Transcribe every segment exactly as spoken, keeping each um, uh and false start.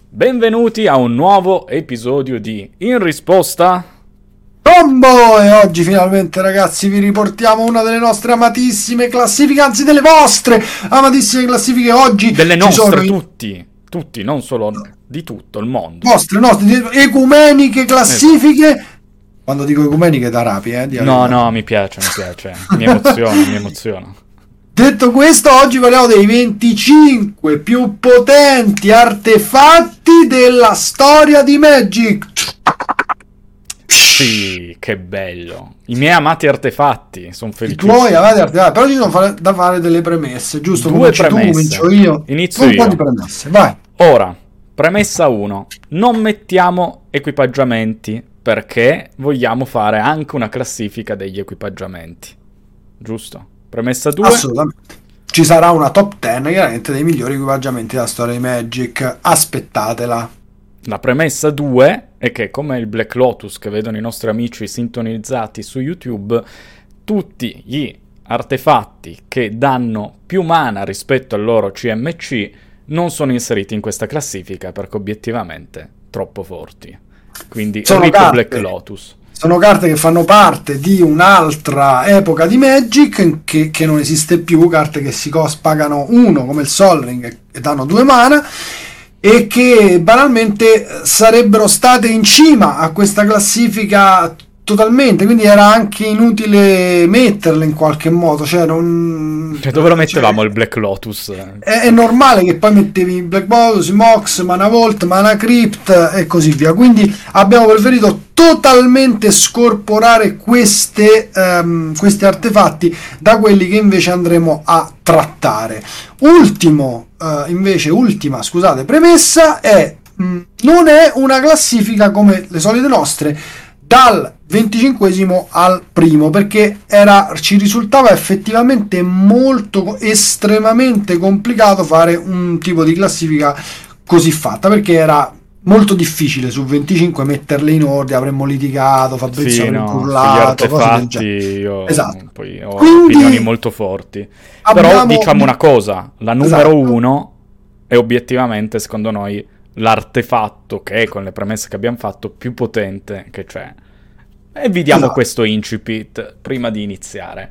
Benvenuti a un nuovo episodio di In Risposta Combo! E oggi finalmente, ragazzi, vi riportiamo una delle nostre amatissime classifiche, anzi delle vostre amatissime classifiche. Oggi delle ci nostre, sono i- tutti, tutti, non solo di tutto il mondo. vostre, nostre ecumeniche classifiche. Quando dico ecumeniche da rapi, eh? di No, arrivo. no, mi piace, mi piace, mi emoziona, mi emoziona. Detto questo, oggi parliamo dei venticinque più potenti artefatti della storia di Magic. Sì, che bello. I miei amati artefatti, sono I felicissimo. tuoi avete artefatti, però ci sono fare- da fare delle premesse, giusto? Due Cominci tu, premesse. comincio io. Inizio Un po' io. di premesse, vai. Ora, premessa uno. Non mettiamo equipaggiamenti perché vogliamo fare anche una classifica degli equipaggiamenti. Giusto? Premessa due. Assolutamente. Ci sarà una top dieci chiaramente dei migliori equipaggiamenti della storia di Magic. Aspettatela. La premessa due è che, come il Black Lotus che vedono i nostri amici sintonizzati su YouTube, tutti gli artefatti che danno più mana rispetto al loro C M C non sono inseriti in questa classifica perché obiettivamente troppo forti. Quindi Sono rip carte. Black Lotus. Sono carte che fanno parte di un'altra epoca di Magic che, che non esiste più, carte che si cos- pagano uno come il Sol Ring e danno due mana e che banalmente sarebbero state in cima a questa classifica totalmente, quindi era anche inutile metterle in qualche modo, cioè non... Cioè, dove lo mettevamo cioè, il Black Lotus? È, è normale che poi mettevi Black Lotus, Mox, Mana Vault, Mana Crypt e così via. Quindi abbiamo preferito totalmente scorporare queste, um, questi artefatti da quelli che invece andremo a trattare. Ultimo, uh, invece, ultima, scusate, premessa è mh, non è una classifica come le solite nostre dal venticinquesimo al primo, perché era, ci risultava effettivamente molto estremamente complicato fare un tipo di classifica così fatta, perché era molto difficile su venticinque metterle in ordine, avremmo litigato, Fabrizio Sì, avrebbe no, sugli urlato, cose del artefatti genere. io Esatto. poi ho Quindi opinioni molto forti. Però abbiamo- diciamo una cosa, la numero Esatto. uno è obiettivamente, secondo noi, l'artefatto che è, con le premesse che abbiamo fatto, più potente che c'è. E vi diamo Esatto. questo incipit prima di iniziare.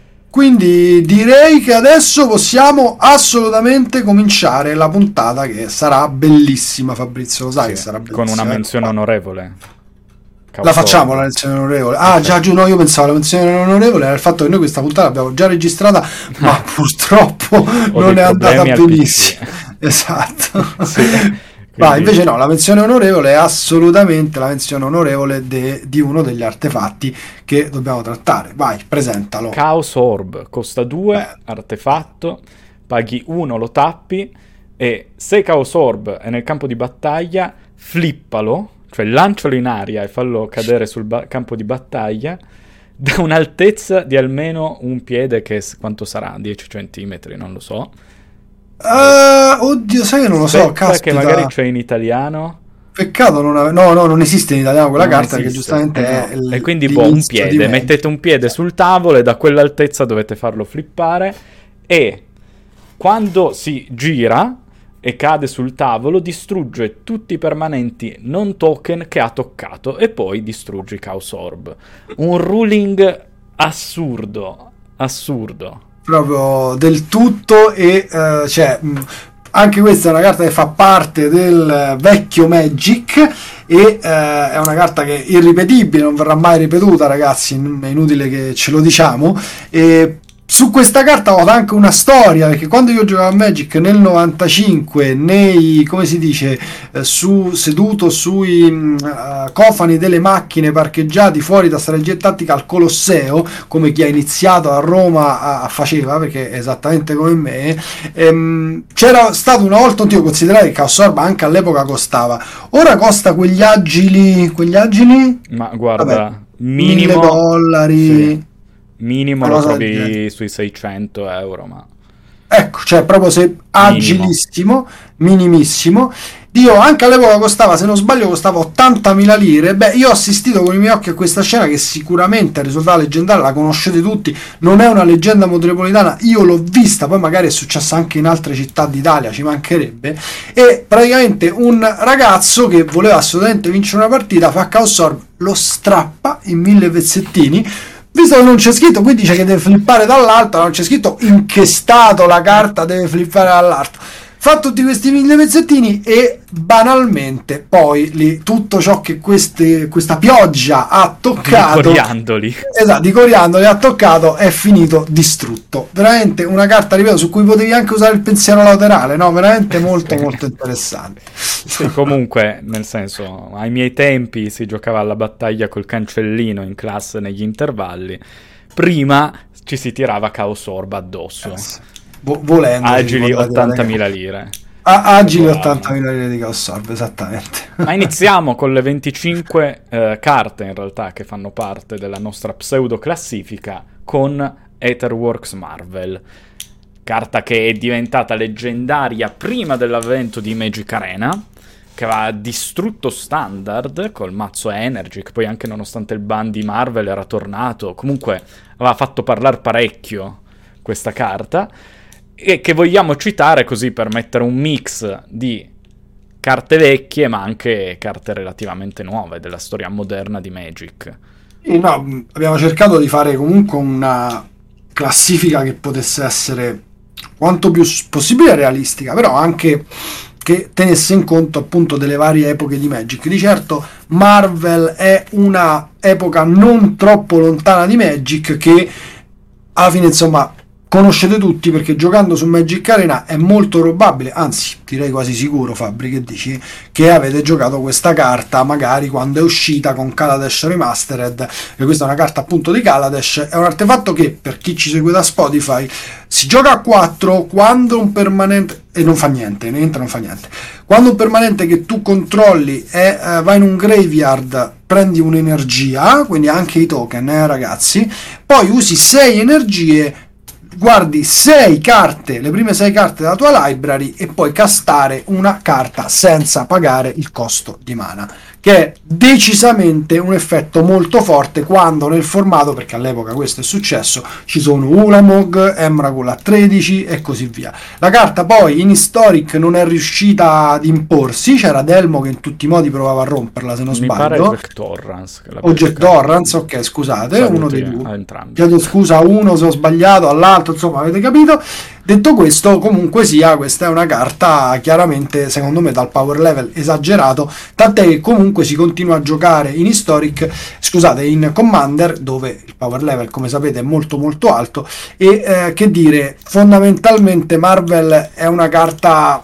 Quindi direi che adesso possiamo assolutamente cominciare la puntata, che sarà bellissima, Fabrizio, lo sai che Sì, sarà bellissima. con una eh? menzione onoevole. La facciamo la lezione onorevole. Ah, già, giù, no, io pensavo la menzione onorevole era il fatto che noi questa puntata l'abbiamo già registrata, ma purtroppo Ho non dei è andata problemi al benissimo. P C. Esatto. Sì, Ma quindi- invece no, la menzione onorevole è assolutamente la menzione onorevole de- di uno degli artefatti che dobbiamo trattare. Vai, presentalo. Chaos Orb costa due, Eh. artefatto, paghi uno, lo tappi e se Chaos Orb è nel campo di battaglia, flippalo, cioè lancialo in aria e fallo cadere sul ba- campo di battaglia da un'altezza di almeno un piede, che s- quanto sarà? dieci centimetri, non lo so. Eh, oddio, sai che non lo so, Aspetta, caspita. che magari c'è in italiano. Peccato non ave- no, no, non esiste in italiano quella Non carta, esiste. che giustamente Eh è no. il- E quindi boh, un l'inizio di piede, Magic. mettete un piede sul tavolo e da quell'altezza dovete farlo flippare e quando si gira e cade sul tavolo distrugge tutti i permanenti non token che ha toccato e poi distrugge Chaos Orb. Un ruling assurdo, assurdo. Proprio del tutto e eh, cioè mh, anche questa è una carta che fa parte del eh, vecchio Magic e eh, è una carta che è irripetibile, non verrà mai ripetuta, ragazzi, n- è inutile che ce lo diciamo. E su questa carta ho anche una storia, perché quando io giocavo a Magic nel novantacinque, nei, come si dice, eh, su, seduto sui mh, uh, cofani delle macchine parcheggiati fuori da strategia tattica al Colosseo, come chi ha iniziato a Roma a, a faceva, perché è esattamente come me, ehm, c'era stato una volta un tipo, considerate che Chaos Orb anche all'epoca costava, ora costa quegli agili, quegli agili? Ma guarda, Vabbè, minimo... mille dollari... Sì. Minimo Una lo cosa del trovi genere. sui seicento euro, ma... Ecco, cioè proprio se agilissimo, minimissimo. Dio, anche all'epoca costava, se non sbaglio, costava ottantamila lire. Beh, io ho assistito con i miei occhi a questa scena che sicuramente è risultata leggendaria, la conoscete tutti, non è una leggenda metropolitana, io l'ho vista, poi magari è successa anche in altre città d'Italia, ci mancherebbe. E praticamente un ragazzo che voleva assolutamente vincere una partita fa Chaos Orb, lo strappa in mille pezzettini. Visto che non c'è scritto, qui dice che deve flippare dall'alto, non c'è scritto in che stato la carta deve flippare dall'alto. Fa tutti questi mille pezzettini e banalmente poi lì, tutto ciò che queste, questa pioggia ha toccato, di coriandoli, esatto, di coriandoli ha toccato, è finito distrutto. Veramente una carta, ripeto, su cui potevi anche usare il pensiero laterale, no? Veramente molto molto interessante. Sì, comunque, nel senso, ai miei tempi si giocava alla battaglia col cancellino in classe negli intervalli, prima ci si tirava Chaos Orb addosso. Eh, volendo, agili ottantamila lire. Ah, agili ottantamila lire di Chaos Orb, esattamente. Ma iniziamo con le venticinque eh, carte in realtà che fanno parte della nostra pseudo classifica con Aetherworks Marvel, carta che è diventata leggendaria prima dell'avvento di Magic Arena, che aveva distrutto Standard col mazzo Energy, che poi anche nonostante il ban di Marvel era tornato, comunque aveva fatto parlare parecchio questa carta, e che vogliamo citare così per mettere un mix di carte vecchie ma anche carte relativamente nuove della storia moderna di Magic. E no, abbiamo cercato di fare comunque una classifica che potesse essere quanto più possibile realistica, però anche che tenesse in conto appunto delle varie epoche di Magic. Di certo Marvel è una epoca non troppo lontana di Magic che alla fine insomma conoscete tutti, perché giocando su Magic Arena è molto probabile, anzi direi quasi sicuro, Fabri, che dici, che avete giocato questa carta magari quando è uscita con Kaladesh Remastered, e questa è una carta appunto di Kaladesh, è un artefatto che per chi ci segue da Spotify si gioca a quattro quando un permanente, e non fa niente, niente non fa niente, quando un permanente che tu controlli è, uh, va in un graveyard, prendi un'energia, quindi anche i token, eh, ragazzi, poi usi sei energie, guardi sei carte, le prime sei carte della tua library e puoi castare una carta senza pagare il costo di mana, che è decisamente un effetto molto forte quando nel formato, perché all'epoca questo è successo, ci sono Ulamog, Emrakul a tredici e così via. La carta poi in Historic non è riuscita ad imporsi, c'era Delmo che in tutti i modi provava a romperla, se non Mi sbaglio. pare Jack Torrance. O Jack Torrance, ok, scusate, Saluti uno dei due. entrambi. Chiedo scusa a uno se ho sbagliato, all'altro, insomma avete capito. Detto questo, comunque sia, questa è una carta chiaramente secondo me dal power level esagerato, tant'è che comunque si continua a giocare in Historic, scusate, in Commander, dove il power level come sapete è molto molto alto, e eh, che dire, fondamentalmente Marvel è una carta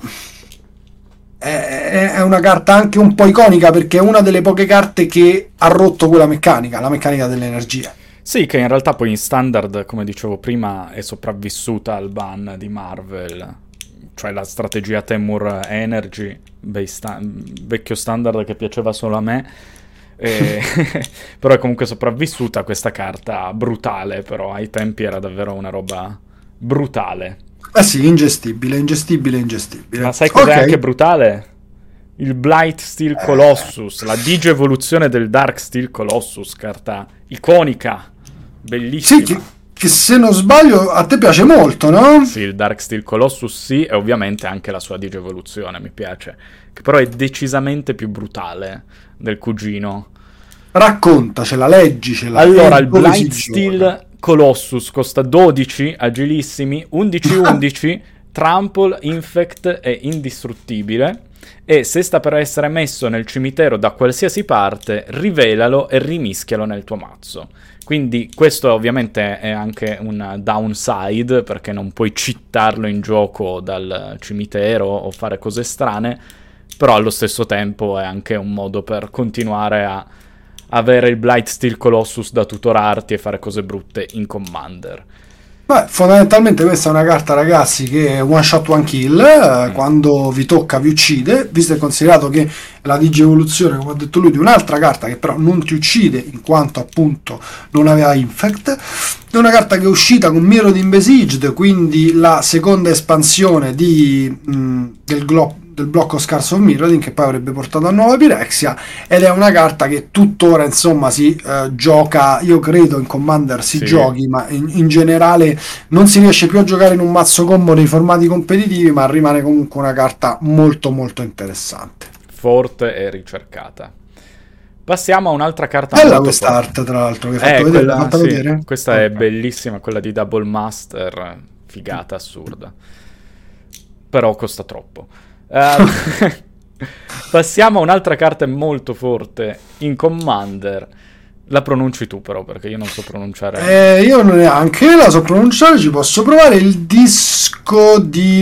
è, è una carta anche un po' iconica, perché è una delle poche carte che ha rotto quella meccanica, la meccanica dell'energia. Sì, che in realtà poi in Standard, come dicevo prima, è sopravvissuta al ban di Marvel, cioè la strategia Temur Energy, sta- vecchio Standard che piaceva solo a me, e però è comunque sopravvissuta questa carta brutale, però ai tempi era davvero una roba brutale. Eh sì, ingestibile, ingestibile, ingestibile. Ma sai cos'è okay. anche brutale? Il Blightsteel Colossus, eh. la digievoluzione del Darksteel Colossus, carta iconica, bellissima. Sì, che, che se non sbaglio a te piace molto, no? Sì, il Darksteel Colossus sì, e ovviamente anche la sua digievoluzione mi piace, che però è decisamente più brutale del cugino. Raccontacela, leggicela. Allora, il Blightsteel Colossus costa dodici, agilissimi, undici undici, trample, infect e indistruttibile, e se sta per essere messo nel cimitero da qualsiasi parte, rivelalo e rimischialo nel tuo mazzo. Quindi questo ovviamente è anche un downside, perché non puoi cittarlo in gioco dal cimitero o fare cose strane, però allo stesso tempo è anche un modo per continuare a avere il Blightsteel Colossus da tutorarti e fare cose brutte in Commander. Beh, fondamentalmente questa è una carta, ragazzi, che è one shot one kill, eh, Mm. quando vi tocca vi uccide, visto e considerato che la digievoluzione, come ha detto lui, di un'altra carta che però non ti uccide in quanto appunto non aveva infect. È una carta che è uscita con Mirror Invased, quindi la seconda espansione di, mh, del, glo- del blocco Scars of Mirroring, che poi avrebbe portato a nuova Pyrexia, ed è una carta che tuttora insomma si eh, gioca, io credo in Commander si Sì. giochi, ma in, in generale non si riesce più a giocare in un mazzo combo nei formati competitivi, ma rimane comunque una carta molto molto interessante. Forte e ricercata. Passiamo a un'altra carta Bella molto questa forte. arte, tra l'altro, che hai Eh, fatto vedere, l'hai quella, fatta sì, vedere? questa è Ok. bellissima, quella di Double Master, figata assurda. Però costa troppo. Eh, passiamo a un'altra carta molto forte in Commander. La pronunci tu però, perché io non so pronunciare. Eh, io non neanche la so pronunciare, ci posso provare. Il disco di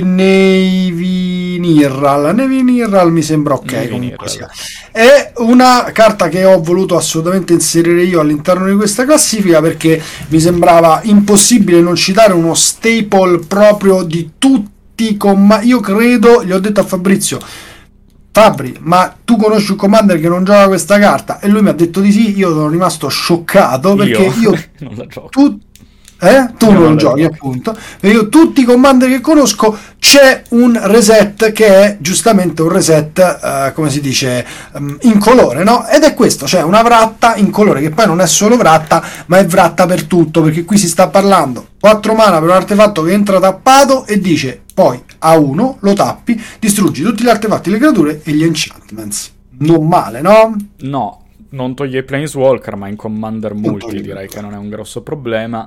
Navy Nirral. Navy Nirral mi sembra ok, Navy comunque Nirral. sia. È una carta che ho voluto assolutamente inserire io all'interno di questa classifica, perché mi sembrava impossibile non citare uno staple proprio di tutti i comma. Io credo, gli ho detto a Fabrizio: Fabri, ma tu conosci un commander che non gioca questa carta? E lui mi ha detto di sì. Io sono rimasto scioccato, perché Io io, non la gioco. tu, eh? tu Io non non la giochi, gioco. appunto. E io tutti i commander che conosco, c'è un reset che è giustamente un reset, eh, come si dice, um, in colore, no? Ed è questo, cioè una vratta in colore, che poi non è solo vratta, ma è vratta per tutto, perché qui si sta parlando quattro mana per un artefatto che entra tappato e dice poi a uno lo tappi, distruggi tutti gli artefatti, le creature e gli enchantments. Non male, no? No, non toglie i Planeswalker, ma in Commander Non multi toglie i direi che Planeswalker. non è un grosso problema.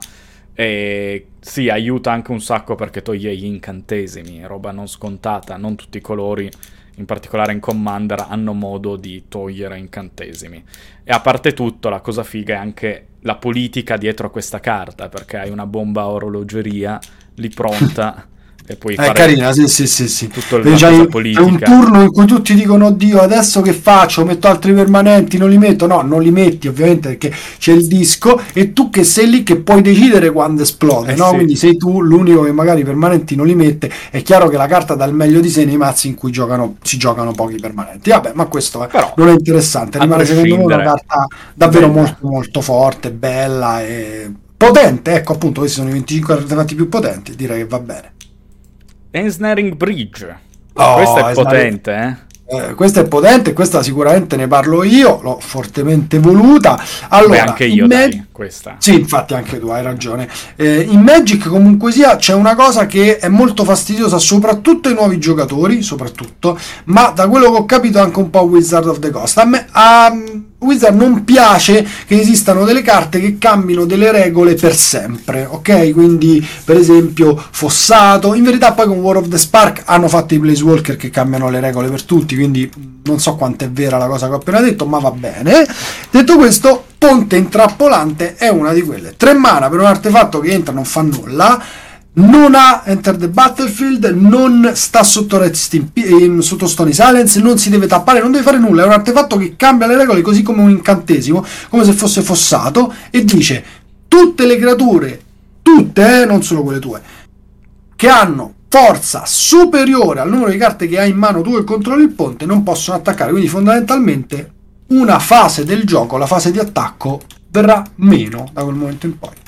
E sì, aiuta anche un sacco perché toglie gli incantesimi, roba non scontata. Non tutti i colori, in particolare in Commander, hanno modo di togliere incantesimi. E a parte tutto, la cosa figa è anche la politica dietro a questa carta, perché hai una bomba a orologeria lì pronta e puoi È fare carina, sì, sì, sì, sì. tutto il Vedi, la c'hai- cosa c'è politica. un turno in cui tutti dicono: oddio, adesso che faccio? Metto altri permanenti? Non li metto? No, non li metti, ovviamente, perché c'è il disco e tu che sei lì che puoi decidere quando esplode, Eh no? sì. Quindi sei tu l'unico che magari i permanenti non li mette. È chiaro che la carta dà il meglio di sé nei mazzi in cui giocano, si giocano pochi permanenti. Vabbè, ma questo è, Però, non è interessante. a Rimane secondo me una prescindere, carta davvero bella. molto molto forte, bella e potente. Ecco, appunto, questi sono i venticinque artefatti più potenti, direi che va bene. Ensnaring Bridge. Oh, Questa è è potente, eh? Eh, questa è potente, questa sicuramente ne parlo io, l'ho fortemente voluta. Allora, Beh, anche in io, Mag- dai, questa. Sì, infatti anche tu hai ragione. Eh, in Magic comunque sia c'è una cosa che è molto fastidiosa soprattutto ai nuovi giocatori, soprattutto, ma da quello che ho capito anche un po' Wizard of the Coast. A me a Wizard non piace che esistano delle carte che cambino delle regole per sempre, ok? Quindi per esempio Fossato, in verità poi con War of the Spark hanno fatto i Planeswalker che cambiano le regole per tutti, quindi non so quanto è vera la cosa che ho appena detto, ma va bene. Detto questo, Ponte Intrappolante è una di quelle. Tre mana per un artefatto che entra, non fa nulla, non ha Enter the Battlefield, non sta sotto, rest in, in, sotto Stony Silence, non si deve tappare, non deve fare nulla. È un artefatto che cambia le regole così come un incantesimo, come se fosse Fossato, e dice: tutte le creature, tutte, eh, non solo quelle tue, che hanno forza superiore al numero di carte che hai in mano tu e controlli il ponte, non possono attaccare. Quindi fondamentalmente una fase del gioco, la fase di attacco, verrà meno da quel momento in poi.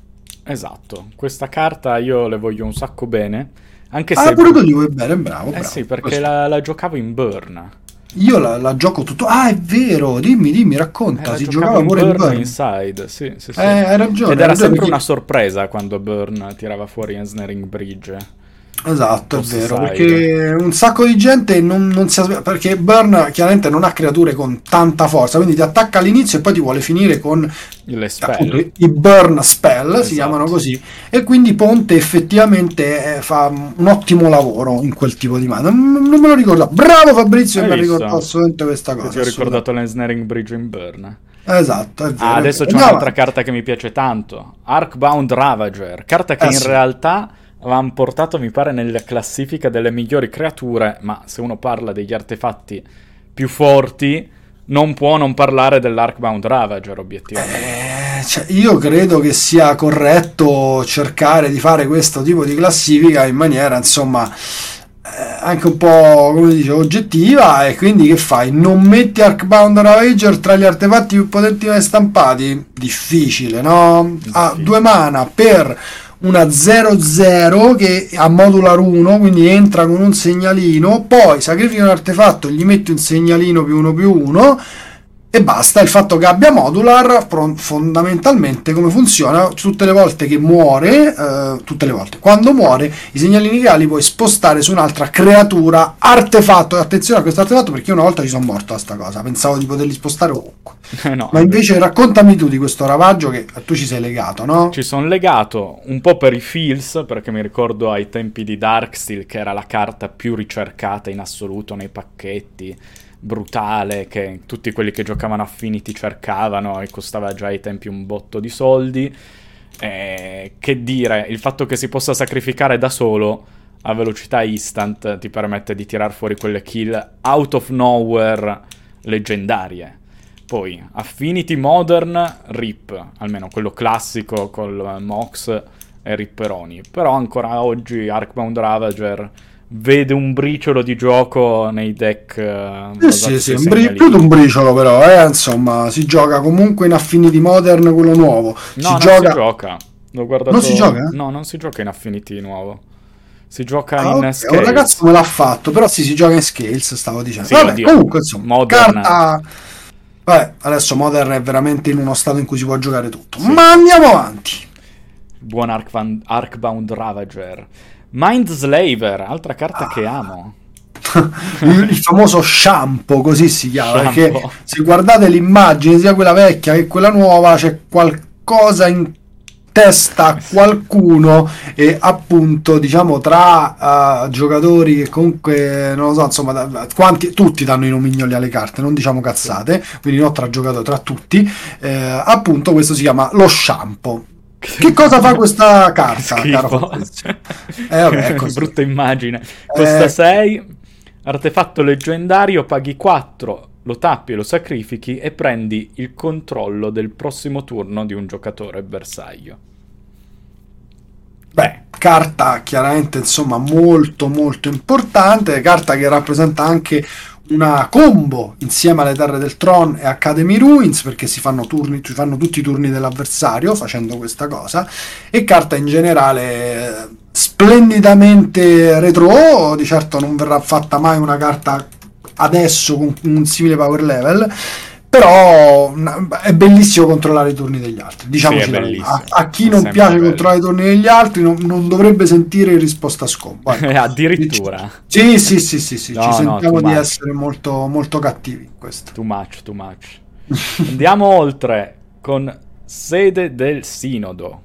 Esatto, questa carta io le voglio un sacco bene, anche Ah, se... pure tu gli vuoi bene, bravo, Eh bravo. sì, perché Questo. la, la giocavo in Burn. Io la, la gioco tutto. Ah, è vero, dimmi, dimmi, Eh, racconta. la Si giocavo giocava in pure in Burn Burn. Inside, sì, sì, sì. Eh, hai ragione. Ed hai era ragione, sempre perché- una sorpresa quando Burn tirava fuori Ensnaring Bridge. Esatto, è Post vero, side. perché un sacco di gente non, non si aspetta, perché Burn chiaramente non ha creature con tanta forza, quindi ti attacca all'inizio e poi ti vuole finire con Le appunto spell. i burn spell, Esatto. si chiamano così, e quindi Ponte effettivamente eh, fa un ottimo lavoro in quel tipo di mana. Non, non me lo ricordo. Bravo Fabrizio, Hai che mi ha visto? ricordato assolutamente questa Che cosa. ti ho ricordato assolutamente. l'Ensnaring Bridge in Burn. Esatto, è vero. Ah, è adesso vero. c'è Andiamo un'altra avanti. carta che mi piace tanto. Arcbound Ravager. Carta che Eh, in sì. realtà avevamo portato, mi pare, nella classifica delle migliori creature, ma se uno parla degli artefatti più forti, non può non parlare dell'Arcbound Ravager, obiettivamente. Eh, Eh, cioè, io credo che sia corretto cercare di fare questo tipo di classifica in maniera, insomma, eh, anche un po', come dice, oggettiva, e quindi che fai? Non metti Arcbound Ravager tra gli artefatti più potenti mai stampati? Difficile, no? Ha Difficile. due mana per una zero zero che ha modular uno, quindi entra con un segnalino, poi sacrifichi un artefatto, gli metti un segnalino più uno più uno e basta. Il fatto che abbia modular, pro- fondamentalmente come funziona, tutte le volte che muore, eh, tutte le volte, quando muore, i segnalini che ha li puoi spostare su un'altra creatura artefatto. E attenzione a questo artefatto, perché io una volta ci sono morto a sta cosa, pensavo di poterli spostare ovunque. No, Ma invece raccontami tu di questo ravaggio che tu ci sei legato, no? ci sono legato un po' per i feels, perché mi ricordo ai tempi di Darksteel che era la carta più ricercata in assoluto nei pacchetti, brutale, che tutti quelli che giocavano Affinity cercavano e costava già ai tempi un botto di soldi. Eh, che dire, il fatto che si possa sacrificare da solo a velocità instant ti permette di tirar fuori quelle kill out of nowhere leggendarie. Poi Affinity Modern, rip, almeno quello classico col Mox e Ripperoni, però ancora oggi Arcbound Ravager vede un briciolo di gioco nei deck. Eh sì, sì, un bri- più di un briciolo però, eh, insomma, si gioca comunque in Affinity Modern, quello nuovo. No, si non gioca... si gioca. L'ho guardato... Non si gioca? No, non si gioca in Affinity nuovo. Si gioca Ah, in okay. Scales. Un ragazzo me l'ha fatto, però sì, si gioca in Scales, stavo dicendo. Sì, Vabbè, oddio, comunque, insomma, Modern... carta... Vabbè, adesso Modern è veramente in uno stato in cui si può giocare tutto. Sì. Ma andiamo avanti. Buon Arcvan- Arcbound Ravager. Mindslaver, altra carta Ah. che amo. il, il famoso shampoo, così si chiama, Shampoo. perché se guardate l'immagine, sia quella vecchia che quella nuova, c'è qualcosa in testa a qualcuno, e appunto, diciamo, tra uh, giocatori che comunque, non lo so, insomma, da, da, quanti, tutti danno i nomignoli alle carte, non diciamo cazzate, quindi non tra giocatori, tra tutti, eh, appunto questo si chiama lo shampoo. Che cosa fa questa carta, caro Fabrizio? Eh, vabbè, è così. Brutta immagine. Costa Eh. sei, artefatto leggendario, paghi quattro, lo tappi e lo sacrifichi e prendi il controllo del prossimo turno di un giocatore bersaglio. Beh, carta chiaramente, insomma, molto molto importante, carta che rappresenta anche una combo insieme alle Terre del Tron e Academy Ruins, perché si fanno turni, si fanno tutti i turni dell'avversario facendo questa cosa, e carta in generale splendidamente retro. Di certo non verrà fatta mai una carta adesso con un simile power level, però è bellissimo controllare i turni degli altri, diciamoci Sì, è la verità. bellissimo. a, a chi È non sempre piace bello. controllare i turni degli altri non, non dovrebbe sentire in risposta a scombo, ecco. Addirittura. Sì, sì, sì, sì, sì. No, ci no, sentiamo too di much. essere molto, molto cattivi in questo. Too much, too much. Andiamo oltre con Sede del Sinodo.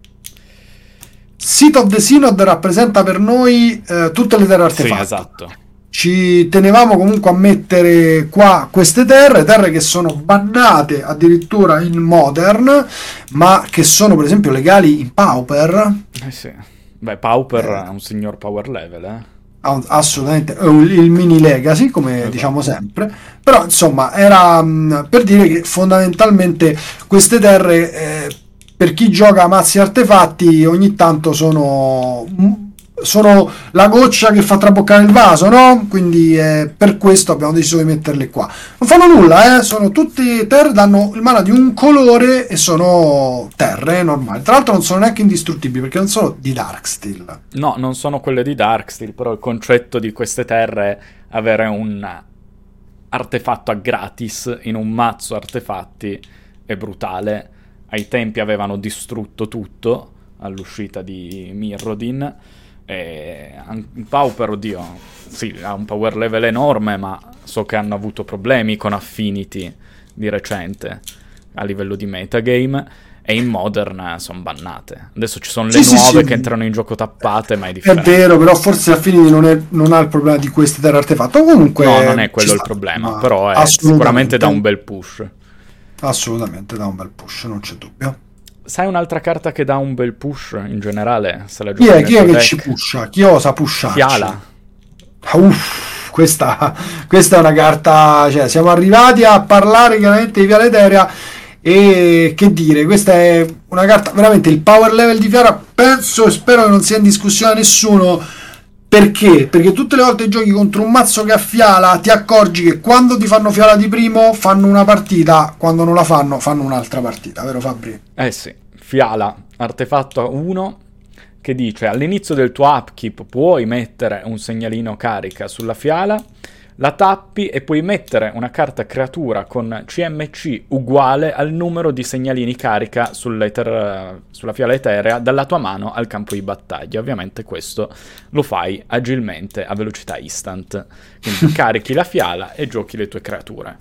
Seat of the Synod rappresenta per noi eh, tutte le terre Sì, artefatte. esatto. Ci tenevamo comunque a mettere qua queste terre, terre che sono bannate addirittura in Modern, ma che sono per esempio legali in Pauper. Eh sì. Beh, Pauper Eh. è un signor power level, eh. Ah, assolutamente, è un- il mini legacy, come Esatto. diciamo sempre, però insomma era mh, per dire che fondamentalmente queste terre, eh, per chi gioca a mazzi artefatti, ogni tanto sono mh, sono la goccia che fa traboccare il vaso, no? Quindi eh, per questo abbiamo deciso di metterle qua. Non fanno nulla, eh? Sono tutte terre, danno il mana di un colore e sono terre normali. Tra l'altro non sono neanche indistruttibili perché non sono di Darksteel. No, non sono quelle di Darksteel, però il concetto di queste terre è avere un artefatto a gratis in un mazzo artefatti è brutale. Ai tempi avevano distrutto tutto all'uscita di Mirrodin. E Pauper, oddio, sì, ha un power level enorme, ma so che hanno avuto problemi con Affinity di recente a livello di metagame, e in Modern sono bannate. Adesso ci sono le Sì, sì, nuove sì. che entrano in gioco tappate, ma è È differente. vero, però forse Affinity non, è, non ha il problema di queste terre artefatto. Comunque, No, non è quello ci il sta, problema, ma però è assolutamente- sicuramente da un bel push. Assolutamente da un bel push, non c'è dubbio. Sai un'altra carta che dà un bel push in generale? Se la Chi giochi è, nel chi è tuo che deck? ci pusha? Chi osa pusharci? Fiala. Uff, questa, questa è una carta, cioè siamo arrivati a parlare chiaramente di Viale Eterea, E che dire, questa è una carta veramente, il power level di Fiala penso e spero che non sia in discussione a nessuno. Perché? Perché tutte le volte giochi contro un mazzo che ha Fiala ti accorgi che quando ti fanno Fiala di primo fanno una partita, quando non la fanno fanno un'altra partita, vero Fabri? Eh sì, Fiala, artefatto uno che dice all'inizio del tuo upkeep puoi mettere un segnalino carica sulla Fiala, la tappi e puoi mettere una carta creatura con C M C uguale al numero di segnalini carica sulla Fiala Eterea dalla tua mano al campo di battaglia. Ovviamente questo lo fai agilmente a velocità instant, quindi carichi la Fiala e giochi le tue creature.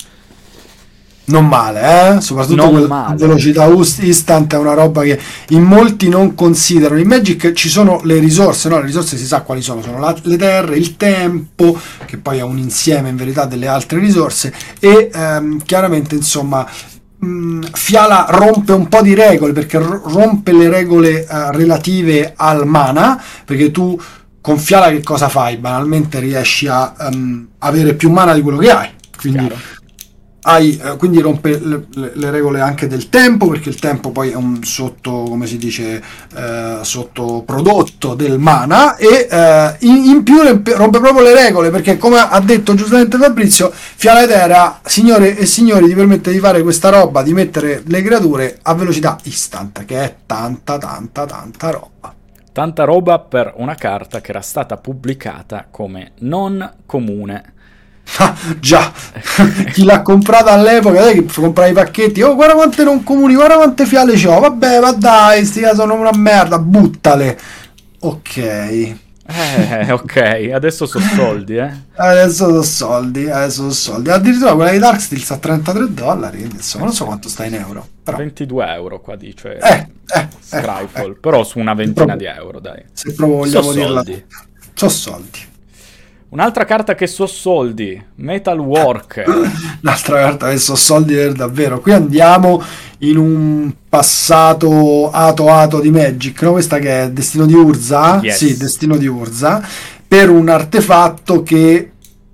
Non male, eh? Soprattutto non quella male. velocità instant è una roba che in molti non considerano. In Magic ci sono le risorse, no? Le risorse si sa quali sono, sono la, le terre, il tempo, che poi è un insieme in verità delle altre risorse, e ehm, chiaramente insomma mh, Fiala rompe un po' di regole, perché r- rompe le regole eh, relative al mana, perché tu con Fiala che cosa fai? Banalmente riesci a um, avere più mana di quello che hai, quindi Chiaro. Hai, eh, quindi rompe le, le, le regole anche del tempo, perché il tempo poi è un sotto, come si dice, eh, sottoprodotto del mana, e eh, in, in più rompe, rompe proprio le regole, perché come ha detto giustamente Fabrizio, Fiala Eterea, signore e signori, ti permette di fare questa roba, di mettere le creature a velocità instant, che è tanta tanta tanta roba. Tanta roba per una carta che era stata pubblicata come non comune. Ah, già, chi l'ha comprata all'epoca, dai, che comprava i pacchetti, oh guarda quante non comuni, guarda quante fiale c'ho, vabbè ma dai, sti sono una merda, buttale. Ok, Eh, ok, adesso sono soldi, eh. adesso sono soldi, adesso sono soldi, addirittura quella di Darksteel sta a trentatré dollari, quindi insomma non so quanto sta in euro, però ventidue euro qua dice eh, eh, Scryfall, eh, eh. però su una ventina proprio, di euro, dai. se proprio vogliamo So dirla, soldi. sono soldi. Un'altra carta che so soldi, Metal Worker. Un'altra carta che so soldi per davvero. Qui andiamo in un passato ato ato di Magic, no? Questa che è Destino di Urza, Yes. sì, Destino di Urza, per un artefatto che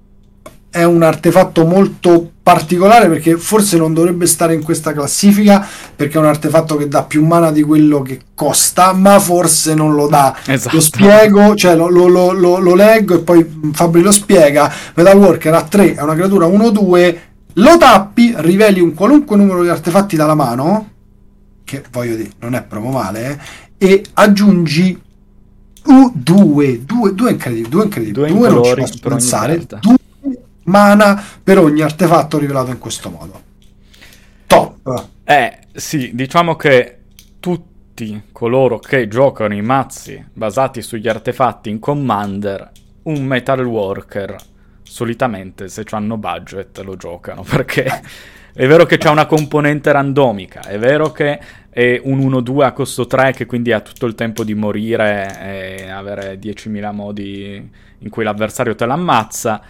è un artefatto molto particolare, perché forse non dovrebbe stare in questa classifica, perché è un artefatto che dà più mana di quello che costa, ma forse non lo dà. Esatto. Lo spiego, cioè lo, lo, lo, lo, lo leggo e poi Fabri lo spiega. Metal Worker a tre è una creatura uno due, lo tappi, riveli un qualunque numero di artefatti dalla mano, che voglio dire non è proprio male, eh, e aggiungi uh, due, due, due incredibili, due incredibili, Due due non ci incolori posso per ogni pensare, carta. due mana per ogni artefatto rivelato in questo modo. Top. Eh, sì, diciamo che tutti coloro che giocano i mazzi basati sugli artefatti in Commander, un Metal Worker, solitamente se hanno budget lo giocano, perché è vero che c'è una componente randomica, è vero che è un uno due a costo tre, che quindi ha tutto il tempo di morire e avere diecimila modi in cui l'avversario te l'ammazza,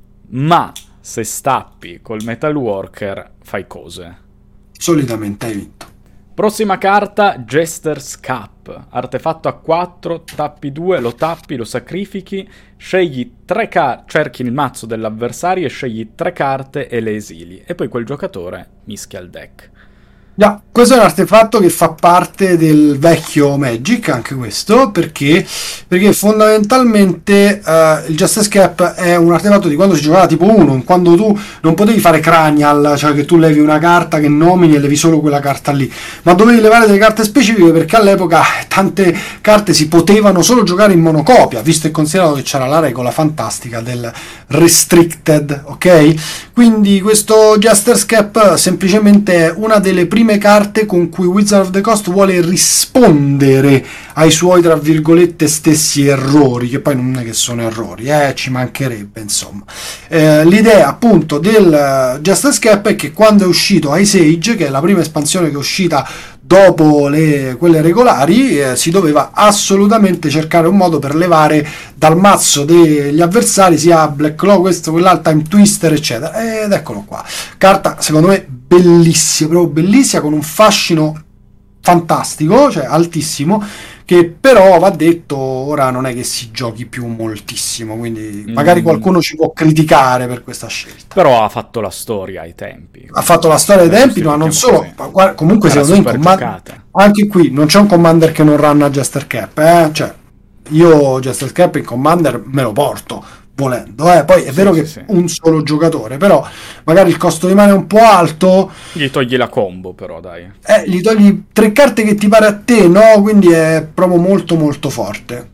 ma se stappi col Metal Worker fai cose. Solitamente hai vinto. Prossima carta, Jester's Cup, artefatto a quattro, tappi due, lo tappi, lo sacrifichi, scegli tre carte, cerchi il mazzo dell'avversario e scegli tre carte e le esili, e poi quel giocatore mischia il deck. Yeah, questo è un artefatto che fa parte del vecchio Magic, anche questo, perché, perché fondamentalmente uh, il Justice Cap è un artefatto di quando si giocava tipo uno, quando tu non potevi fare cranial, cioè che tu levi una carta che nomini e levi solo quella carta lì, ma dovevi levare delle carte specifiche, perché all'epoca tante carte si potevano solo giocare in monocopia, visto e considerato che c'era la regola fantastica del restricted, ok? Quindi questo Justice Cap semplicemente è una delle prime carte con cui Wizard of the Coast vuole rispondere ai suoi, tra virgolette, stessi errori, che poi non è che sono errori, eh, ci mancherebbe, insomma. Eh, l'idea appunto del Justice Cap è che quando è uscito Ice Age, che è la prima espansione che è uscita dopo le, quelle regolari, eh, si doveva assolutamente cercare un modo per levare dal mazzo degli avversari sia Black Claw, questo, quell'altro, Time Twister, eccetera, ed eccolo qua. Carta secondo me bellissima, proprio bellissima, con un fascino fantastico, cioè altissimo, che però va detto ora non è che si giochi più moltissimo, quindi magari Mm. qualcuno ci può criticare per questa scelta. Però ha fatto la storia ai tempi. Ha fatto la storia dei La tempi, ma non solo, giustifichiamo così. ma guarda, comunque Era secondo me in super Command- giocata. anche qui non c'è un Commander che non runna Jester Cap, eh? Cioè io Jester Cap in Commander me lo porto volendo, eh? Poi è Sì, vero sì, che sì. un solo giocatore, però magari il costo rimane un po' alto, Gli togli la combo, però, dai. eh, gli togli tre carte che ti pare a te, no? Quindi è proprio molto molto forte.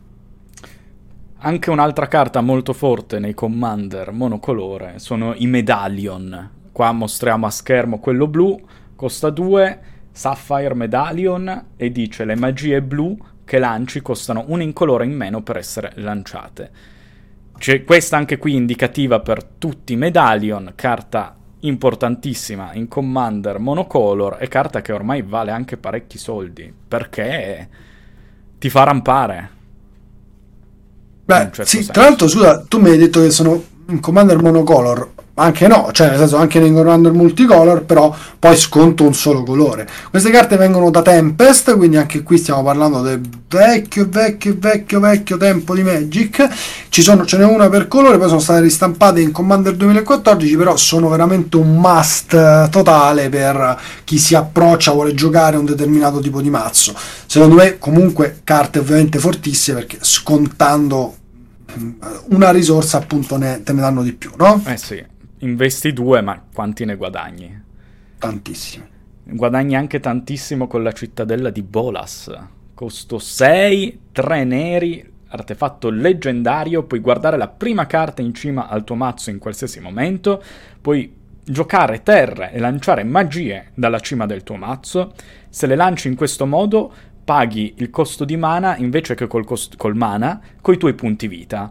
Anche un'altra carta molto forte nei Commander monocolore sono i Medallion. Qua mostriamo a schermo quello blu, costa due, Sapphire Medallion, e dice le magie blu che lanci costano un incolore in meno per essere lanciate. C'è questa anche qui indicativa per tutti i Medallion, carta importantissima in Commander monocolor e carta che ormai vale anche parecchi soldi, perché ti fa rampare. Beh, in un certo sì, senso. tra l'altro, scusa, tu mi hai detto che sono in Commander monocolor, anche no, cioè nel senso anche nei Commander multicolor, però poi sconto un solo colore. Queste carte vengono da Tempest, quindi anche qui stiamo parlando del vecchio, vecchio, vecchio, vecchio tempo di Magic. Ci sono, ce n'è una per colore, poi sono state ristampate in Commander duemilaquattordici, però sono veramente un must eh, totale per chi si approccia, vuole giocare un determinato tipo di mazzo. Secondo me comunque carte ovviamente fortissime, perché scontando una risorsa appunto ne, te ne danno di più, no? Eh sì, investi due, ma quanti ne guadagni? Tantissimi. Guadagni anche tantissimo con la cittadella di Bolas. Costo sei, tre neri, artefatto leggendario, puoi guardare la prima carta in cima al tuo mazzo in qualsiasi momento, puoi giocare terre e lanciare magie dalla cima del tuo mazzo. Se le lanci in questo modo paghi il costo di mana invece che col, cost- col mana coi tuoi punti vita.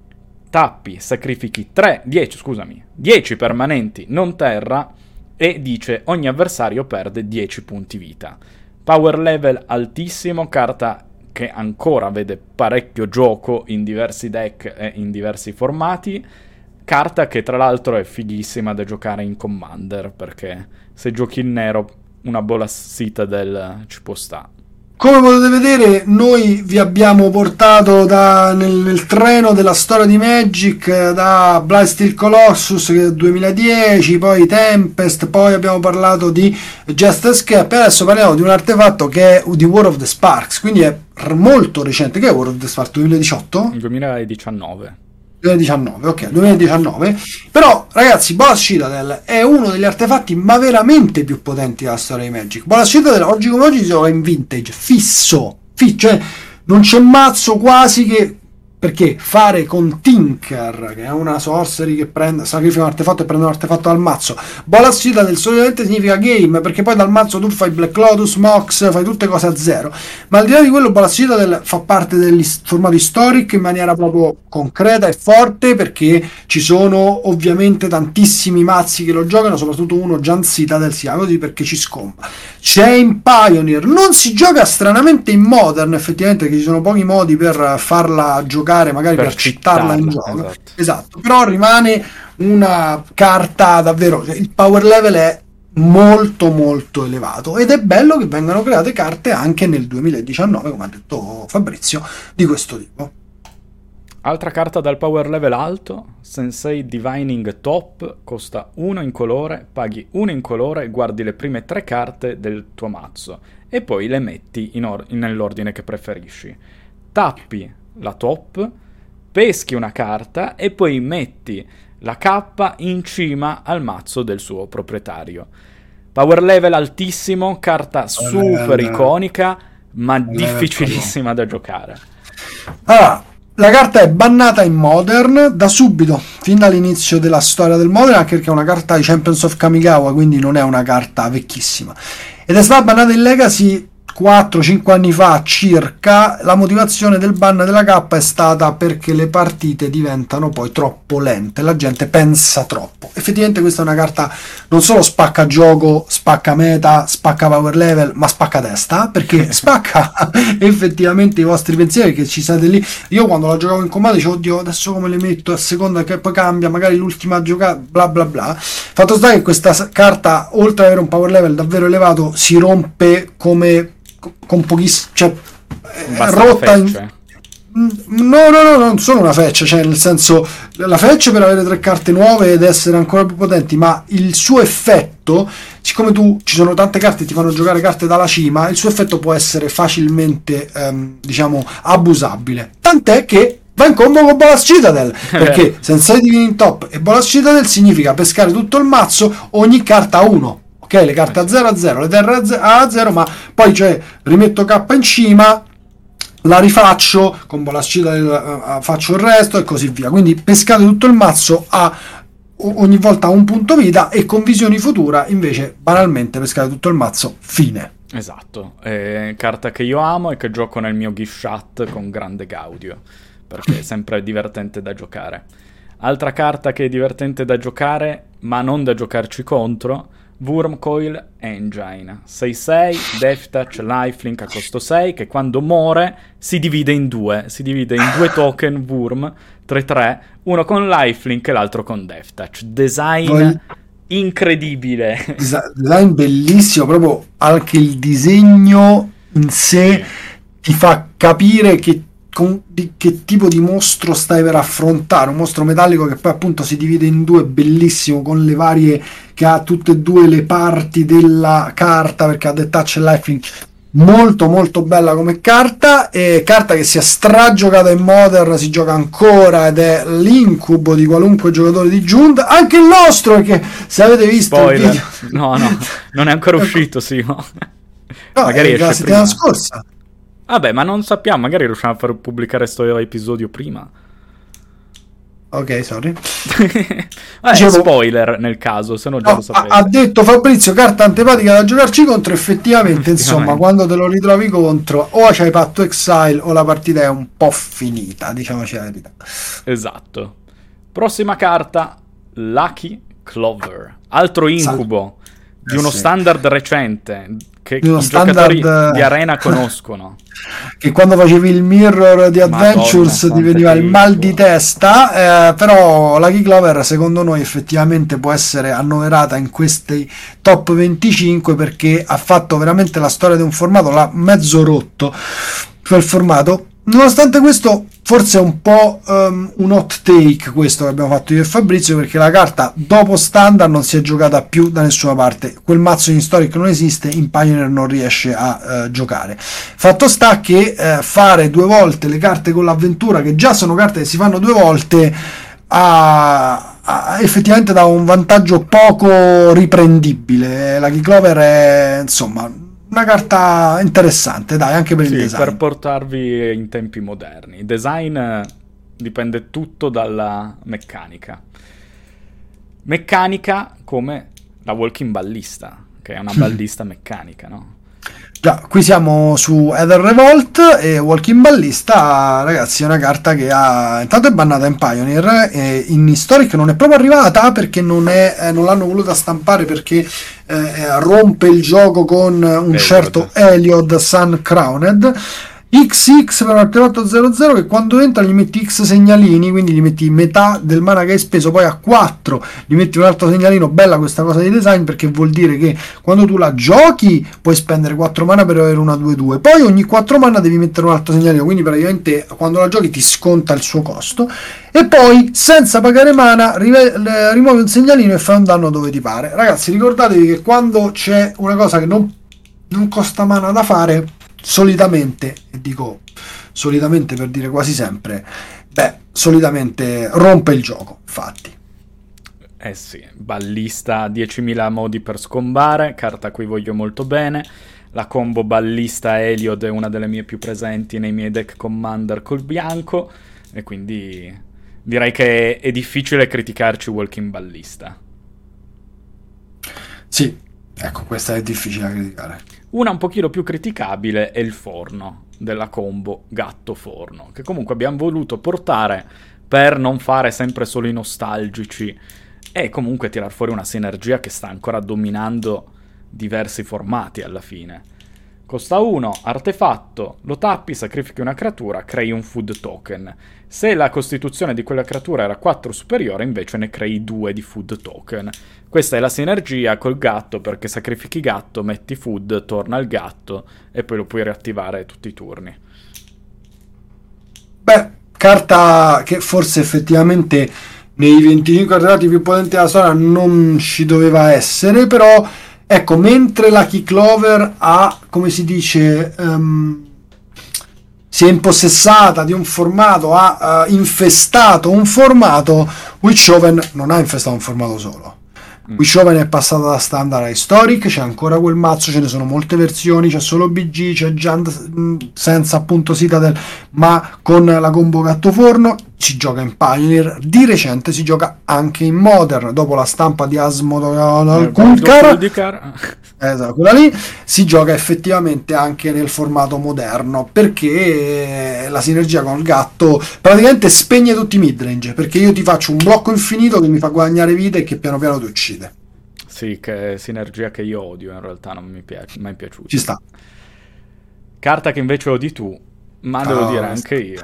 Tappi, sacrifichi tre, dieci, scusami, dieci permanenti non terra e dice ogni avversario perde dieci punti vita. Power level altissimo, carta che ancora vede parecchio gioco in diversi deck e in diversi formati. Carta che tra l'altro è fighissima da giocare in Commander, perché se giochi in nero una Bolas Citadel ci può stare. Come potete vedere, noi vi abbiamo portato da, nel, nel treno della storia di Magic, eh, da Blightsteel Colossus che è del duemiladieci, poi Tempest, poi abbiamo parlato di Justice Cap, e adesso parliamo di un artefatto che è di War of the Sparks, quindi è r- molto recente. Che è War of the Sparks? duemiladiciotto? duemiladiciannove. duemiladiciannove, ok, duemiladiciannove. Però ragazzi, Bolas Citadel è uno degli artefatti ma veramente più potenti della storia di Magic. Bolas Citadel oggi come oggi si trova in vintage, fisso, fisso, cioè non c'è mazzo quasi che... Perché fare con Tinker, che è una sorcery che prende, sacrifica un artefatto e prende un artefatto dal mazzo, Bolas Citadel solitamente significa game, perché poi dal mazzo tu fai Black Lotus, Mox, fai tutte cose a zero. Ma al di là di quello, Bolas Citadel fa parte del formato historic in maniera proprio concreta e forte, perché ci sono ovviamente tantissimi mazzi che lo giocano, soprattutto uno Giant Citadel si chiama così perché ci scomba. C'è in Pioneer, non si gioca stranamente in Modern, effettivamente, perché ci sono pochi modi per farla giocare, magari per, per cittarla in gioco, esatto. esatto, però rimane una carta davvero, il power level è molto molto elevato ed è bello che vengano create carte anche nel duemiladiciannove, come ha detto Fabrizio, di questo tipo. Altra carta dal power level alto, Sensei Divining Top, costa uno in colore, paghi uno in colore e guardi le prime tre carte del tuo mazzo e poi le metti in or- nell'ordine che preferisci. Tappi la top, peschi una carta e poi metti la K in cima al mazzo del suo proprietario. Power level altissimo, carta super iconica, ma difficilissima da giocare. Allora, la carta è bannata in Modern da subito, fin dall'inizio della storia del Modern, anche perché è una carta di Champions of Kamigawa, quindi non è una carta vecchissima. Ed è stata bannata in Legacy quattro cinque anni fa circa. La motivazione del ban della K è stata perché le partite diventano poi troppo lente, la gente pensa troppo. Effettivamente questa è una carta non solo spacca gioco, spacca meta, spacca power level, ma spacca testa, perché spacca effettivamente i vostri pensieri, che ci siete lì. Io quando la giocavo in comando dicevo oddio adesso come le metto a seconda che poi cambia, magari l'ultima giocata bla bla bla. Fatto sta che questa carta, oltre ad avere un power level davvero elevato, si rompe come con pochissimo, cioè è rotta in... No, no, no, non sono una feccia, cioè nel senso, la feccia per avere tre carte nuove ed essere ancora più potenti, ma il suo effetto, siccome tu ci sono tante carte che ti fanno giocare carte dalla cima, il suo effetto può essere facilmente, ehm, diciamo, abusabile. Tant'è che va in combo con Bolas Citadel, perché senza i Divining Top e Bolas Citadel significa pescare tutto il mazzo, ogni carta a uno. Ok, le carte a zero a zero, le terre a zero, ma poi cioè rimetto K in cima, la rifaccio con Bolas Citadel, uh, faccio il resto e così via. Quindi pescate tutto il mazzo a ogni volta un punto vita, e con visioni futura invece banalmente pescate tutto il mazzo, fine. Esatto, è carta che io amo e che gioco nel mio gift chat con grande gaudio, perché è sempre divertente da giocare. Altra carta che è divertente da giocare, ma non da giocarci contro, Wurmcoil Engine. sei sei, Death Touch, Lifelink a costo sei, che quando muore si divide in due. Si divide in due token Wurm, tre tre, uno con Lifelink e l'altro con Death Touch. Design Vol- incredibile. Design bellissimo, proprio anche il disegno in sé ti fa capire che con di che tipo di mostro stai per affrontare, un mostro metallico che poi appunto si divide in due, bellissimo, con le varie, che ha tutte e due le parti della carta, perché ha Death Touch e Lifelink. Molto molto bella come carta, e carta che si è stragiocata in Modern, si gioca ancora ed è l'incubo di qualunque giocatore di Jund, anche il nostro, perché se avete visto Spoiler. il video... no no non è ancora uscito, sì, no. No, magari è la esce settimana prima. scorsa. Vabbè, ma non sappiamo, magari riusciamo a far pubblicare sto episodio prima. Ok, sorry. Vabbè, Dicevo, spoiler nel caso, se no già no, lo sapete. ha detto Fabrizio, carta antipatica da giocarci contro, effettivamente, insomma, quando te lo ritrovi contro o c'hai fatto Exile o la partita è un po' finita, diciamoci la verità. Esatto. Prossima carta, Lucky Clover, altro incubo di uno eh sì. standard recente che di uno i standard giocatori di Arena conoscono. Che quando facevi il mirror di Adventures Madonna, ti veniva il mal di testa, eh, però Lucky Clover secondo noi effettivamente può essere annoverata in questi top venticinque, perché ha fatto veramente la storia di un formato, l'ha mezzo rotto quel formato. Nonostante questo, forse è un po' um, un hot take questo che abbiamo fatto io e Fabrizio, perché la carta dopo standard non si è giocata più da nessuna parte. Quel mazzo in Historic non esiste, in Pioneer non riesce a uh, giocare. Fatto sta che uh, fare due volte le carte con l'avventura, che già sono carte che si fanno due volte, a, a, effettivamente dà un vantaggio poco riprendibile. La Lucky Clover è, insomma, una carta interessante, dai, anche per sì, il design. Per portarvi in tempi moderni. Il design dipende tutto dalla meccanica. Meccanica come la Walking Ballista, che è una ballista meccanica, no? Già, qui siamo su Ether Revolt, e Walking Ballista, ragazzi, è una carta che ha intanto è bannata in Pioneer, e in Historic non è proprio arrivata perché non, è, eh, non l'hanno voluta stampare, perché eh, rompe il gioco con un Heliod. certo Heliod Sun Crowned. X X per un otto zero zero che quando entra gli metti X segnalini, quindi gli metti metà del mana che hai speso, poi a quattro gli metti un altro segnalino. Bella questa cosa di design, perché vuol dire che quando tu la giochi puoi spendere quattro mana per avere una due due, poi ogni quattro mana devi mettere un altro segnalino, quindi praticamente quando la giochi ti sconta il suo costo, e poi senza pagare mana rive- rimuovi un segnalino e fai un danno dove ti pare. Ragazzi, ricordatevi che quando c'è una cosa che non, non costa mana da fare, solitamente, e dico solitamente per dire quasi sempre, beh, solitamente rompe il gioco, infatti. Eh sì, ballista, diecimila modi per scombare, carta a cui voglio molto bene. La combo ballista Heliod è una delle mie più presenti nei miei deck Commander col bianco, e quindi direi che è difficile criticarci Walking Ballista. Sì, ecco, questa è difficile da criticare. Una un pochino più criticabile è il forno della combo gatto-forno, che comunque abbiamo voluto portare per non fare sempre solo i nostalgici e comunque tirar fuori una sinergia che sta ancora dominando diversi formati alla fine. Costa uno, artefatto, lo tappi, sacrifichi una creatura, crei un food token. Se la costituzione di quella creatura era quattro superiore, invece ne crei due di food token. Questa è la sinergia col gatto, perché sacrifichi gatto, metti food, torna il gatto e poi lo puoi riattivare tutti i turni. Beh, carta che forse effettivamente nei venticinque artefatti più potenti della storia non ci doveva essere, però ecco, mentre la Keyclover ha, come si dice, um, si è impossessata di un formato, ha uh, infestato un formato, Witchoven non ha infestato un formato solo. Mm. Witchoven è passata da standard a historic, c'è ancora quel mazzo, ce ne sono molte versioni, c'è solo B G, c'è Giant senza appunto Citadel, ma con la combo gattoforno. Si gioca in Pioneer, di recente si gioca anche in Modern, dopo la stampa di Asmodee Kulkar, esatto, quella lì, si gioca effettivamente anche nel formato moderno, perché la sinergia con il gatto praticamente spegne tutti i midrange, perché io ti faccio un blocco infinito che mi fa guadagnare vite e che piano piano ti uccide. Sì, che sinergia che io odio, in realtà non mi piace, mai piaciuta. Ci sta. Carta che invece odi tu, ma devo oh, dire anche io.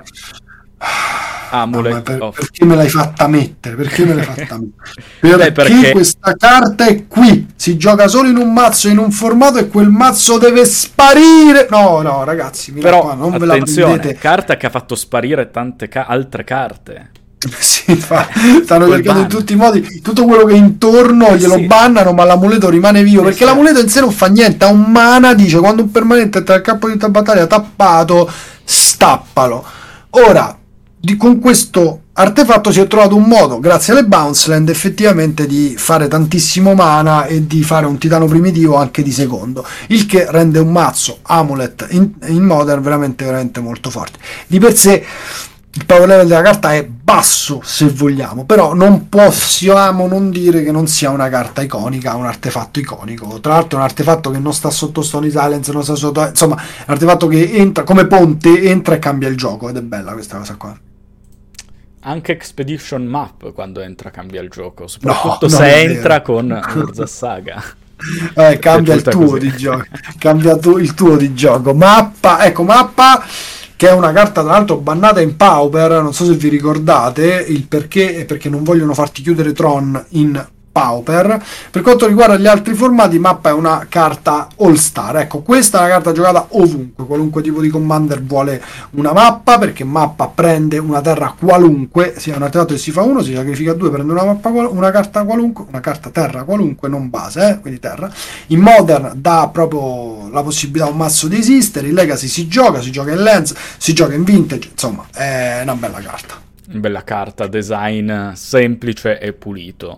Amulet, per, of... perché me l'hai fatta mettere? Perché me l'hai fatta mettere? Perché, Beh, perché questa carta è qui, si gioca solo in un mazzo, in un formato, e quel mazzo deve sparire. No, no, ragazzi, mi però raccomando, non attenzione, ve la prendete. Carta che ha fatto sparire tante ca- altre carte. Sì, fa, stanno cercando in tutti i modi, tutto quello che è intorno glielo sì. bannano, ma l'amuleto rimane vivo, sì, perché sì. l'amuleto in sé non fa niente, ha un mana, dice quando un permanente entra nel campo di battaglia tappato, stappalo. Ora, di, con questo artefatto si è trovato un modo, grazie alle bounce land, effettivamente di fare tantissimo mana e di fare un titano primitivo anche di secondo, il che rende un mazzo Amulet in, in Modern veramente veramente molto forte. Di per sé il power level della carta è basso, se vogliamo, però non possiamo non dire che non sia una carta iconica, un artefatto iconico. Tra l'altro è un artefatto che non sta sotto Stony Silence, non sta sotto, insomma, è un artefatto che entra come ponte, entra e cambia il gioco, ed è bella questa cosa qua. Anche Expedition Map quando entra cambia il gioco, soprattutto no, se entra con Urza Saga. Eh, cambia il tuo così. di gioco, cambia tu, il tuo di gioco. Mappa, ecco, mappa che è una carta tra l'altro bannata in Pauper, non so se vi ricordate il perché, è perché non vogliono farti chiudere Tron in Pauper. Per quanto riguarda gli altri formati, mappa è una carta all star, ecco, questa è una carta giocata ovunque, qualunque tipo di commander vuole una mappa, perché mappa prende una terra qualunque, sia un artefatto che si fa uno, si sacrifica due, prende una mappa, una carta qualunque, una carta terra qualunque, non base, eh, quindi terra. In Modern dà proprio la possibilità a un mazzo di esistere, in Legacy si gioca, si gioca in Lands, si gioca in Vintage, insomma è una bella carta. Bella carta, design semplice e pulito.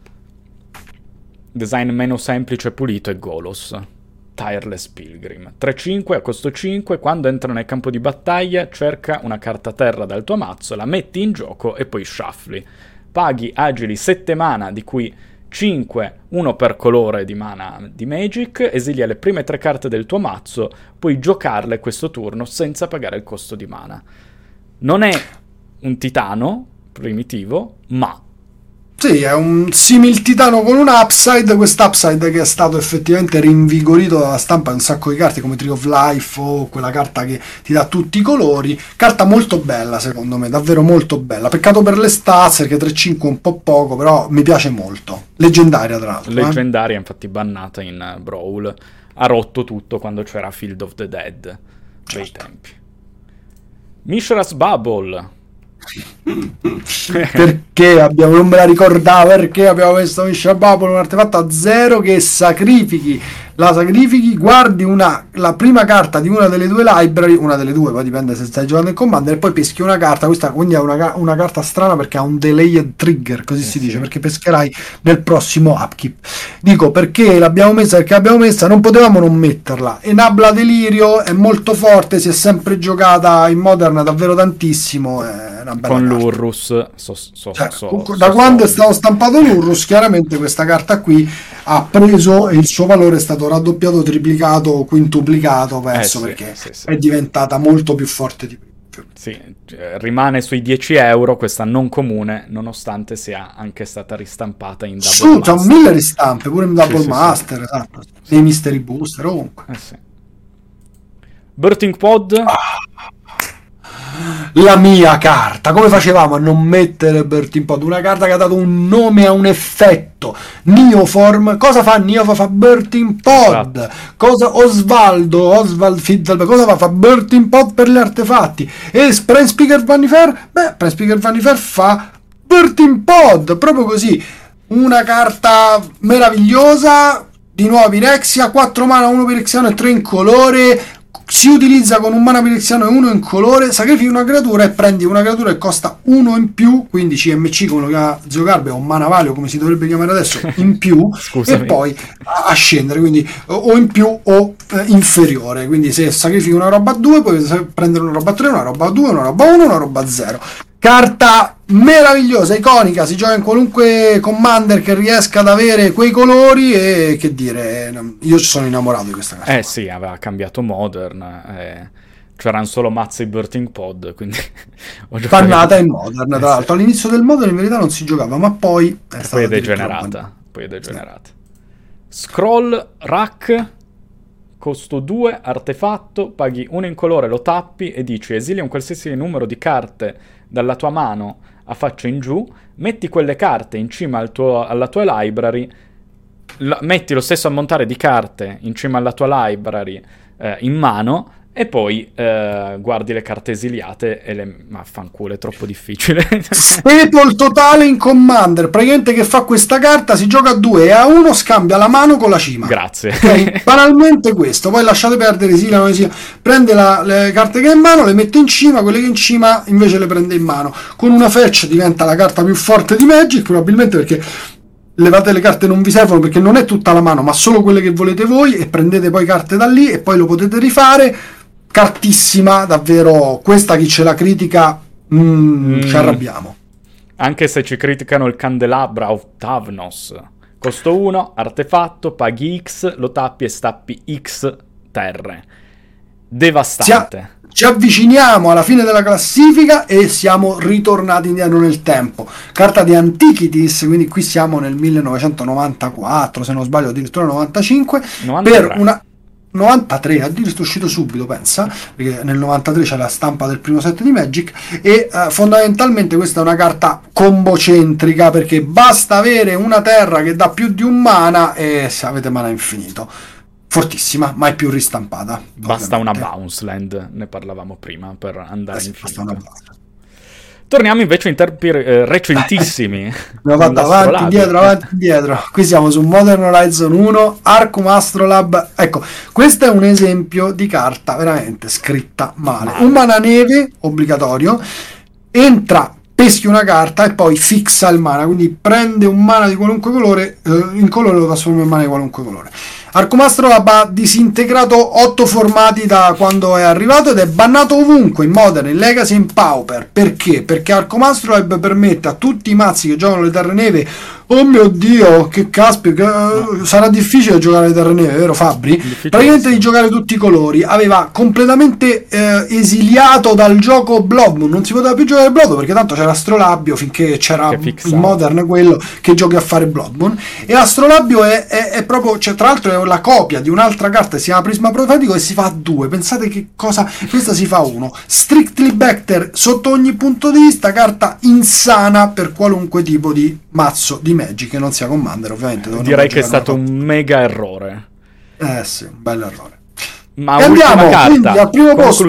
Design meno semplice e pulito è Golos, Tireless Pilgrim. tre cinque a costo cinque, quando entra nel campo di battaglia cerca una carta terra dal tuo mazzo, la metti in gioco e poi shuffli. Paghi agili sette mana, di cui cinque, uno per colore di mana di Magic, esilia le prime tre carte del tuo mazzo, puoi giocarle questo turno senza pagare il costo di mana. Non è un titano primitivo, ma... Sì, è un simil titano con un upside, quest'upside che è stato effettivamente rinvigorito dalla stampa di un sacco di carte come Tree of Life o quella carta che ti dà tutti i colori. Carta molto bella secondo me, davvero molto bella. Peccato per le stats, perché tre cinque un po' poco, però mi piace molto. Leggendaria tra l'altro. Leggendaria, eh? infatti bannata in Brawl. Ha rotto tutto quando c'era Field of the Dead. Certo. Bei tempi. Mishra's Bubble. Perché abbiamo, non me la ricordavo, perché abbiamo questo Mishra's Bubble, un artefatto a zero che sacrifichi, la sacrifichi, guardi una, la prima carta di una delle due library, una delle due, poi dipende se stai giocando in Commander, e poi peschi una carta, questa quindi è una, una carta strana perché ha un delayed trigger, così eh si sì. dice, perché pescherai nel prossimo upkeep. Dico perché l'abbiamo messa, perché l'abbiamo messa, non potevamo non metterla. Enabla Delirio è molto forte, si è sempre giocata in Modern davvero tantissimo, è una bella con carta. l'Urrus so, so, cioè, so, da so, quando so. è stato stampato l'Urrus, chiaramente questa carta qui ha preso e il suo valore è stato raddoppiato, triplicato, quintuplicato, penso, eh sì, perché sì, sì. è diventata molto più forte di prima. Sì, rimane sui dieci euro questa non comune, nonostante sia anche stata ristampata in Double Su, Master. c'ha mille ristampe, pure in Double sì, Master, sì, esatto, nei Mystery Booster, ovunque. Eh sì. Birthing Pod. Ah. La mia carta, come facevamo a non mettere Birthing Pod? Una carta che ha dato un nome a un effetto. Neoform, cosa fa Neoform? Fa Birthing Pod. Esatto. Cosa Osvaldo, Oswald Fiddle, cosa fa? Fa Birthing Pod per gli artefatti. E Prime Speaker Vanifer? Beh, Prime Speaker Vanifer fa Birthing Pod, proprio così. Una carta meravigliosa, di nuovo Pirexia, quattro mana, uno Pirexiano e tre in colore. Si utilizza con un mana pirexiano e uno in colore, sacrifichi una creatura e prendi una creatura che costa uno in più, quindi C M C come lo chiama Zeogarbe, o mana value come si dovrebbe chiamare adesso, in più. E poi a, a scendere, quindi o in più o eh, inferiore, quindi se sacrifichi una roba a due puoi prendere una roba a tre, una roba a due, una roba a uno, una roba a zero. Carta meravigliosa, iconica, si gioca in qualunque commander che riesca ad avere quei colori e che dire, io ci sono innamorato di questa carta. Eh sì, aveva cambiato Modern, eh, c'erano solo mazze e Birthing Pod, quindi ho giocato... Pannata in Modern, tra l'altro, all'inizio del Modern in verità non si giocava, ma poi è, poi è degenerata, poi è degenerata. Sì. Scroll Rack, costo due, artefatto, paghi uno in colore, lo tappi e dici esilia un qualsiasi numero di carte dalla tua mano a faccia in giù, metti quelle carte in cima al tuo, alla tua library, la, metti lo stesso ammontare di carte in cima alla tua library eh, in mano e poi eh, guardi le carte esiliate e le... ma fanculo, è troppo difficile. Staple totale in Commander, praticamente che fa questa carta, si gioca a due e a uno scambia la mano con la cima. Grazie. Okay? Banalmente questo, poi lasciate perdere esilia, non esilia, prende la, le carte che ha in mano, le mette in cima, quelle che in cima invece le prende in mano. Con una fetch diventa la carta più forte di Magic, probabilmente perché levate le carte non vi servono perché non è tutta la mano, ma solo quelle che volete voi e prendete poi carte da lì e poi lo potete rifare. Cartissima, davvero, questa chi ce la critica mm, mm. ci arrabbiamo. Anche se ci criticano il Candelabra of Tavnos. Costo uno, artefatto, paghi X, lo tappi e stappi X terre. Devastante. Ci, ci avviciniamo alla fine della classifica e siamo ritornati indietro nel tempo. Carta di Antiquities, quindi qui siamo nel millenovecentonovantaquattro, se non sbaglio addirittura novantacinque, novantatré. Per una... novantatré, addirittura è uscito subito, pensa, perché nel novantatré c'è la stampa del primo set di Magic e uh, fondamentalmente questa è una carta combocentrica perché basta avere una terra che dà più di un mana e se avete mana infinito. Fortissima, mai più ristampata. Basta ovviamente. Una bounce land, ne parlavamo prima, per andare eh, infinito. Basta una bounce. Torniamo invece in tempi eh, recentissimi. Abbiamo fatto avanti, indietro, avanti, indietro. Qui siamo su Modern Horizon uno, Arkham Astrolabe. Ecco, questo è un esempio di carta veramente scritta male. male. Un mana neve, obbligatorio, entra, peschi una carta e poi fixa il mana, quindi prende un mana di qualunque colore, eh, in colore lo trasforma in mana di qualunque colore. Arkham Astrolabe ha disintegrato otto formati da quando è arrivato ed è bannato ovunque, in Modern, in Legacy, in Pauper. Perché? Perché Arkham Astrolabe permette a tutti i mazzi che giocano le terre neve, oh mio Dio, che caspita, no. Sarà difficile giocare le terre neve, vero Fabri? Praticamente di giocare tutti i colori. Aveva completamente eh, esiliato dal gioco Blood Moon, non si poteva più giocare Blood Moon perché tanto c'era Astrolabio finché c'era in Modern quello che giochi a fare Blood Moon. E Astrolabio è, è, è proprio, cioè, tra l'altro è la copia di un'altra carta che si chiama Prisma Profetico e si fa a due. Pensate che cosa, questa si fa uno. Strictly Backer sotto ogni punto di vista, carta insana per qualunque tipo di mazzo di Magic che non sia Commander, ovviamente. Direi che è stato un mega errore. Eh sì, un bel errore. Ma e andiamo carta, quindi al primo posto.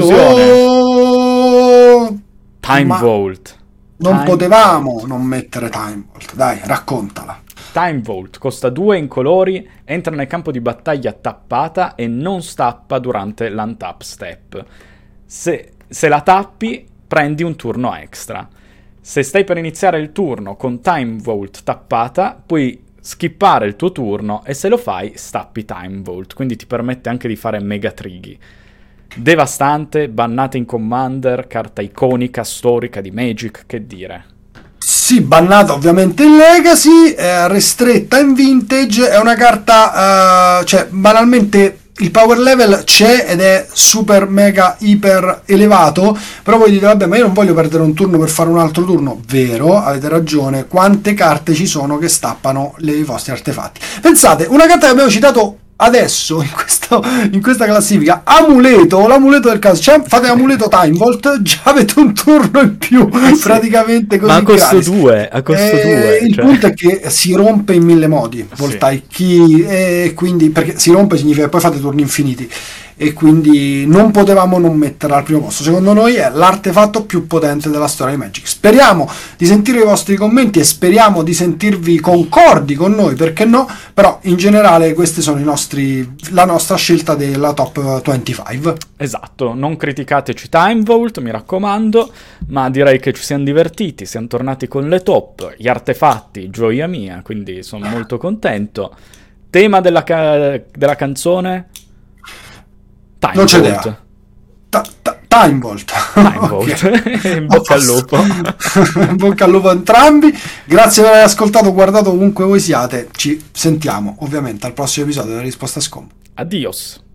Oh, Time Vault. Non Time potevamo Vault. non mettere Time Vault. Dai, raccontala. Time Vault costa due in colori, entra nel campo di battaglia tappata e non stappa durante l'untap step. Se, se la tappi, prendi un turno extra. Se stai per iniziare il turno con Time Vault tappata, puoi skippare il tuo turno e se lo fai, stappi Time Vault. Quindi ti permette anche di fare mega trighi. Devastante, bannata in Commander, carta iconica, storica di Magic, che dire. Sì, bannata ovviamente in Legacy, eh, restretta in Vintage, è una carta, eh, cioè banalmente il power level c'è ed è super mega iper elevato, però voi dite vabbè ma io non voglio perdere un turno per fare un altro turno. Vero, avete ragione, quante carte ci sono che stappano le, i vostri artefatti. Pensate, una carta che abbiamo citato adesso in, questo, in questa classifica amuleto, l'amuleto del caso, cioè, fate amuleto Time Vault, già avete un turno in più, sì, praticamente così. Ma a costo gratis. due, a costo eh, due. Il cioè. punto è che si rompe in mille modi, Voltaic Key, e quindi, perché si rompe significa che poi fate turni infiniti, e quindi non potevamo non metterla al primo posto. Secondo noi è l'artefatto più potente della storia di Magic. Speriamo di sentire i vostri commenti e speriamo di sentirvi concordi con noi, perché no, però in generale queste sono i nostri, la nostra scelta della top venticinque. Esatto, non criticateci Time Vault, mi raccomando, ma direi che ci siamo divertiti, siamo tornati con le top, gli artefatti, gioia mia, quindi sono molto contento. Tema della, ca- della canzone? Time non c'è Vault. idea. Ta- ta- Time Vault. Time Vault. In bocca al lupo. In bocca al lupo a entrambi. Grazie per aver ascoltato, guardato ovunque voi siate. Ci sentiamo ovviamente al prossimo episodio della Risposta Scom. Adios.